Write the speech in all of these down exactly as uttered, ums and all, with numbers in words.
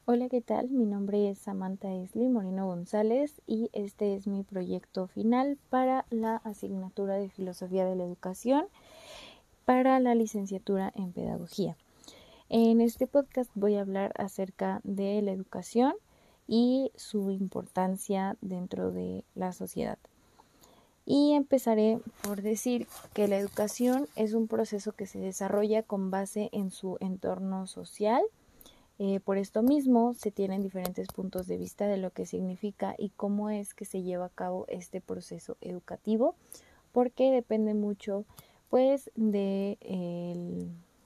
Hola, ¿qué tal? Mi nombre es Samantha Esli Moreno González y este es mi proyecto final para la asignatura de Filosofía de la Educación para la licenciatura en Pedagogía. En este podcast voy a hablar acerca de la educación y su importancia dentro de la sociedad. Y empezaré por decir que la educación es un proceso que se desarrolla con base en su entorno social. Eh, por esto mismo, se tienen diferentes puntos de vista de lo que significa y cómo es que se lleva a cabo este proceso educativo, porque depende mucho, pues, de el,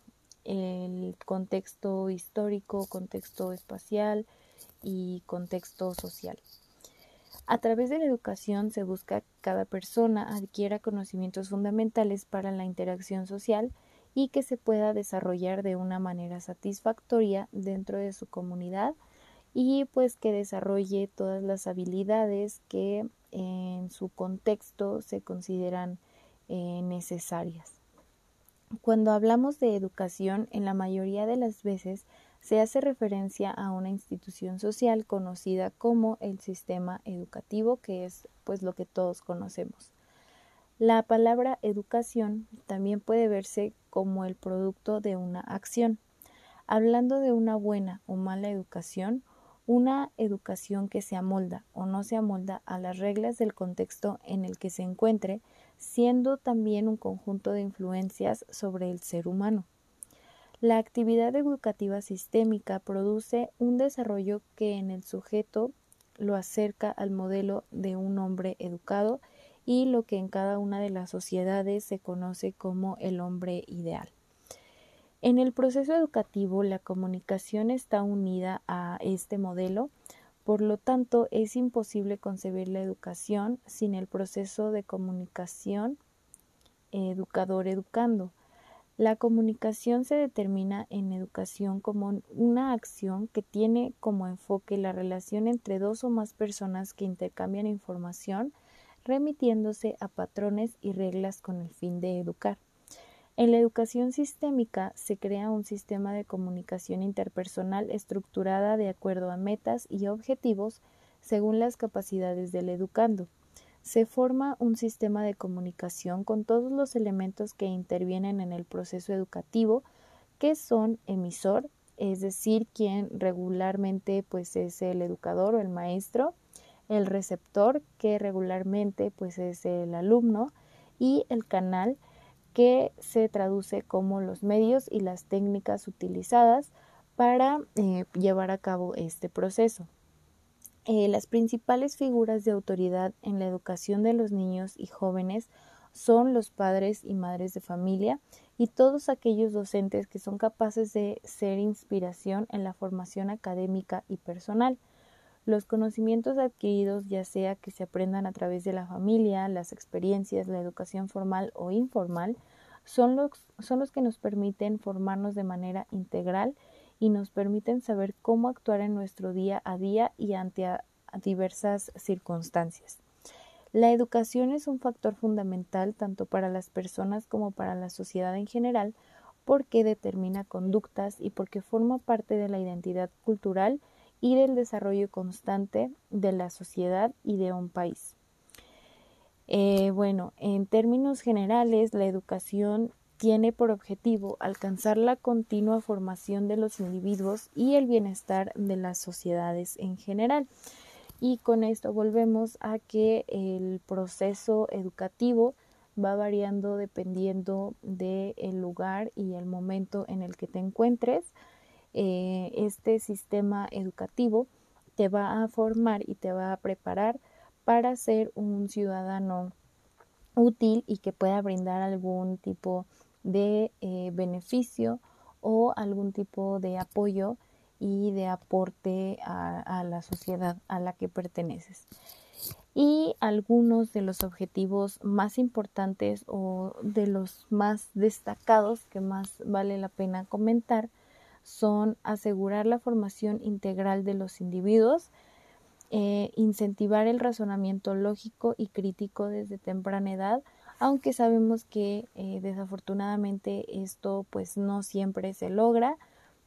el contexto histórico, contexto espacial y contexto social. A través de la educación se busca que cada persona adquiera conocimientos fundamentales para la interacción social y que se pueda desarrollar de una manera satisfactoria dentro de su comunidad y pues que desarrolle todas las habilidades que en su contexto se consideran eh, necesarias. Cuando hablamos de educación, en la mayoría de las veces se hace referencia a una institución social conocida como el sistema educativo, que es pues lo que todos conocemos. La palabra educación también puede verse como el producto de una acción. Hablando de una buena o mala educación, una educación que se amolda o no se amolda a las reglas del contexto en el que se encuentre, siendo también un conjunto de influencias sobre el ser humano. La actividad educativa sistémica produce un desarrollo que en el sujeto lo acerca al modelo de un hombre educado y lo que en cada una de las sociedades se conoce como el hombre ideal. En el proceso educativo, la comunicación está unida a este modelo, por lo tanto, es imposible concebir la educación sin el proceso de comunicación educador-educando. La comunicación se determina en educación como una acción que tiene como enfoque la relación entre dos o más personas que intercambian información, remitiéndose a patrones y reglas con el fin de educar. En la educación sistémica se crea un sistema de comunicación interpersonal estructurada de acuerdo a metas y objetivos según las capacidades del educando. Se forma un sistema de comunicación con todos los elementos que intervienen en el proceso educativo, que son emisor, es decir, quien regularmente pues es el educador o el maestro, el receptor, que regularmente pues es el alumno, y el canal, que se traduce como los medios y las técnicas utilizadas para eh, llevar a cabo este proceso. Eh, las principales figuras de autoridad en la educación de los niños y jóvenes son los padres y madres de familia y todos aquellos docentes que son capaces de ser inspiración en la formación académica y personal. Los conocimientos adquiridos, ya sea que se aprendan a través de la familia, las experiencias, la educación formal o informal, son los, son los que nos permiten formarnos de manera integral y nos permiten saber cómo actuar en nuestro día a día y ante a, a diversas circunstancias. La educación es un factor fundamental tanto para las personas como para la sociedad en general porque determina conductas y porque forma parte de la identidad cultural y del desarrollo constante de la sociedad y de un país. Eh, bueno, en términos generales, la educación tiene por objetivo alcanzar la continua formación de los individuos y el bienestar de las sociedades en general. Y con esto volvemos a que el proceso educativo va variando dependiendo del lugar y el momento en el que te encuentres. Eh, este sistema educativo te va a formar y te va a preparar para ser un ciudadano útil y que pueda brindar algún tipo de eh, beneficio o algún tipo de apoyo y de aporte a, a la sociedad a la que perteneces. Y algunos de los objetivos más importantes o de los más destacados que más vale la pena comentar son asegurar la formación integral de los individuos, eh, incentivar el razonamiento lógico y crítico desde temprana edad, aunque sabemos que eh, desafortunadamente esto pues no siempre se logra,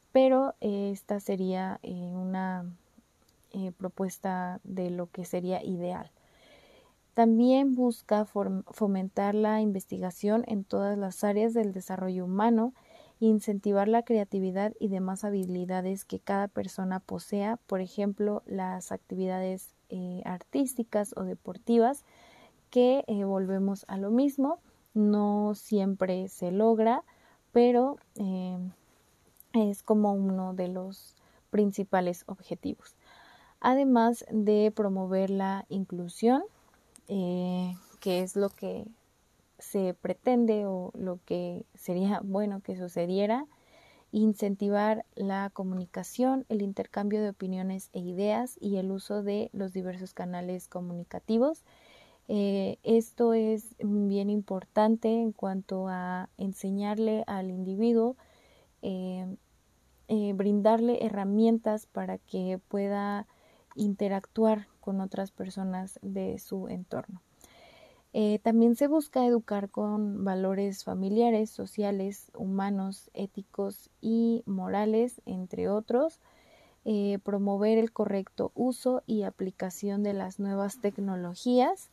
pero eh, esta sería eh, una eh, propuesta de lo que sería ideal. También busca fomentar la investigación en todas las áreas del desarrollo humano, incentivar la creatividad y demás habilidades que cada persona posea, por ejemplo, las actividades eh, artísticas o deportivas, que eh, volvemos a lo mismo, no siempre se logra, pero eh, es como uno de los principales objetivos. Además de promover la inclusión, eh, que es lo que se pretende o lo que sería bueno que sucediera, incentivar la comunicación, el intercambio de opiniones e ideas y el uso de los diversos canales comunicativos. Eh, esto es bien importante en cuanto a enseñarle al individuo, eh, eh, brindarle herramientas para que pueda interactuar con otras personas de su entorno. Eh, también se busca educar con valores familiares, sociales, humanos, éticos y morales, entre otros, eh, promover el correcto uso y aplicación de las nuevas tecnologías.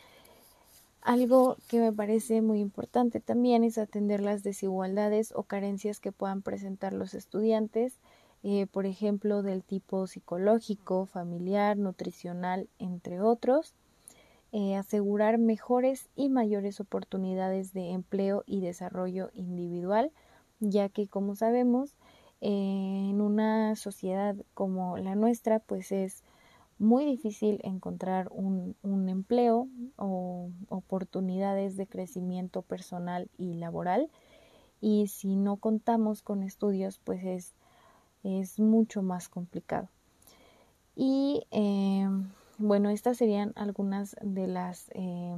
Algo que me parece muy importante también es atender las desigualdades o carencias que puedan presentar los estudiantes, eh, por ejemplo, del tipo psicológico, familiar, nutricional, entre otros. Eh, asegurar mejores y mayores oportunidades de empleo y desarrollo individual, ya que, como sabemos, eh, en una sociedad como la nuestra, pues es muy difícil encontrar un, un empleo o oportunidades de crecimiento personal y laboral, y si no contamos con estudios, pues es, es mucho más complicado. Y eh, bueno, estas serían algunas de las eh,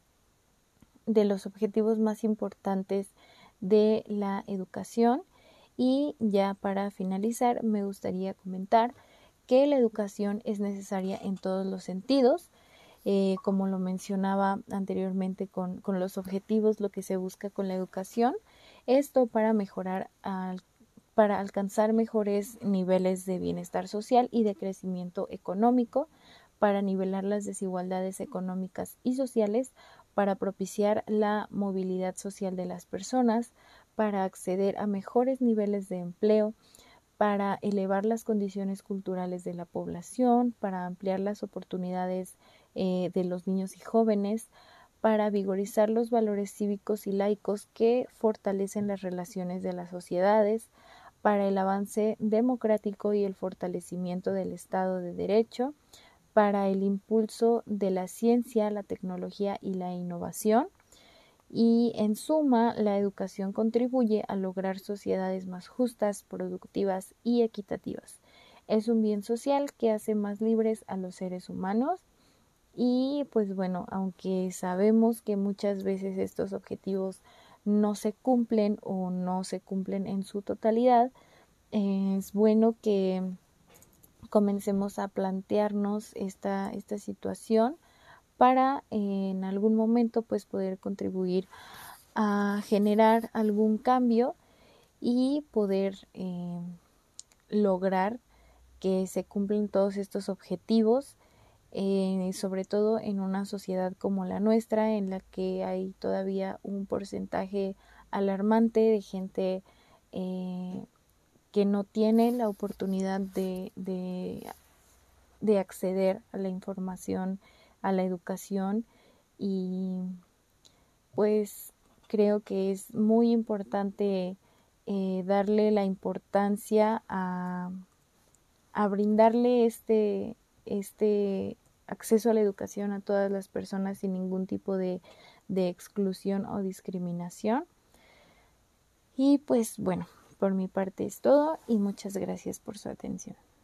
de los objetivos más importantes de la educación. Y ya para finalizar, me gustaría comentar que la educación es necesaria en todos los sentidos, eh, como lo mencionaba anteriormente con, con los objetivos, lo que se busca con la educación, esto para mejorar al para alcanzar mejores niveles de bienestar social y de crecimiento económico, para nivelar las desigualdades económicas y sociales, para propiciar la movilidad social de las personas, para acceder a mejores niveles de empleo, para elevar las condiciones culturales de la población, para ampliar las oportunidades eh, de los niños y jóvenes, para vigorizar los valores cívicos y laicos que fortalecen las relaciones de las sociedades, para el avance democrático y el fortalecimiento del Estado de Derecho, para el impulso de la ciencia, la tecnología y la innovación. Y en suma, la educación contribuye a lograr sociedades más justas, productivas y equitativas. Es un bien social que hace más libres a los seres humanos. Y pues bueno, aunque sabemos que muchas veces estos objetivos no se cumplen o no se cumplen en su totalidad, es bueno que comencemos a plantearnos esta, esta situación para eh, en algún momento pues poder contribuir a generar algún cambio y poder eh, lograr que se cumplan todos estos objetivos, eh, sobre todo en una sociedad como la nuestra, en la que hay todavía un porcentaje alarmante de gente eh, que no tiene la oportunidad de, de, de acceder a la información, a la educación, y pues creo que es muy importante eh, darle la importancia a, a brindarle este, este acceso a la educación a todas las personas sin ningún tipo de, de exclusión o discriminación. Y pues bueno, por mi parte es todo y muchas gracias por su atención.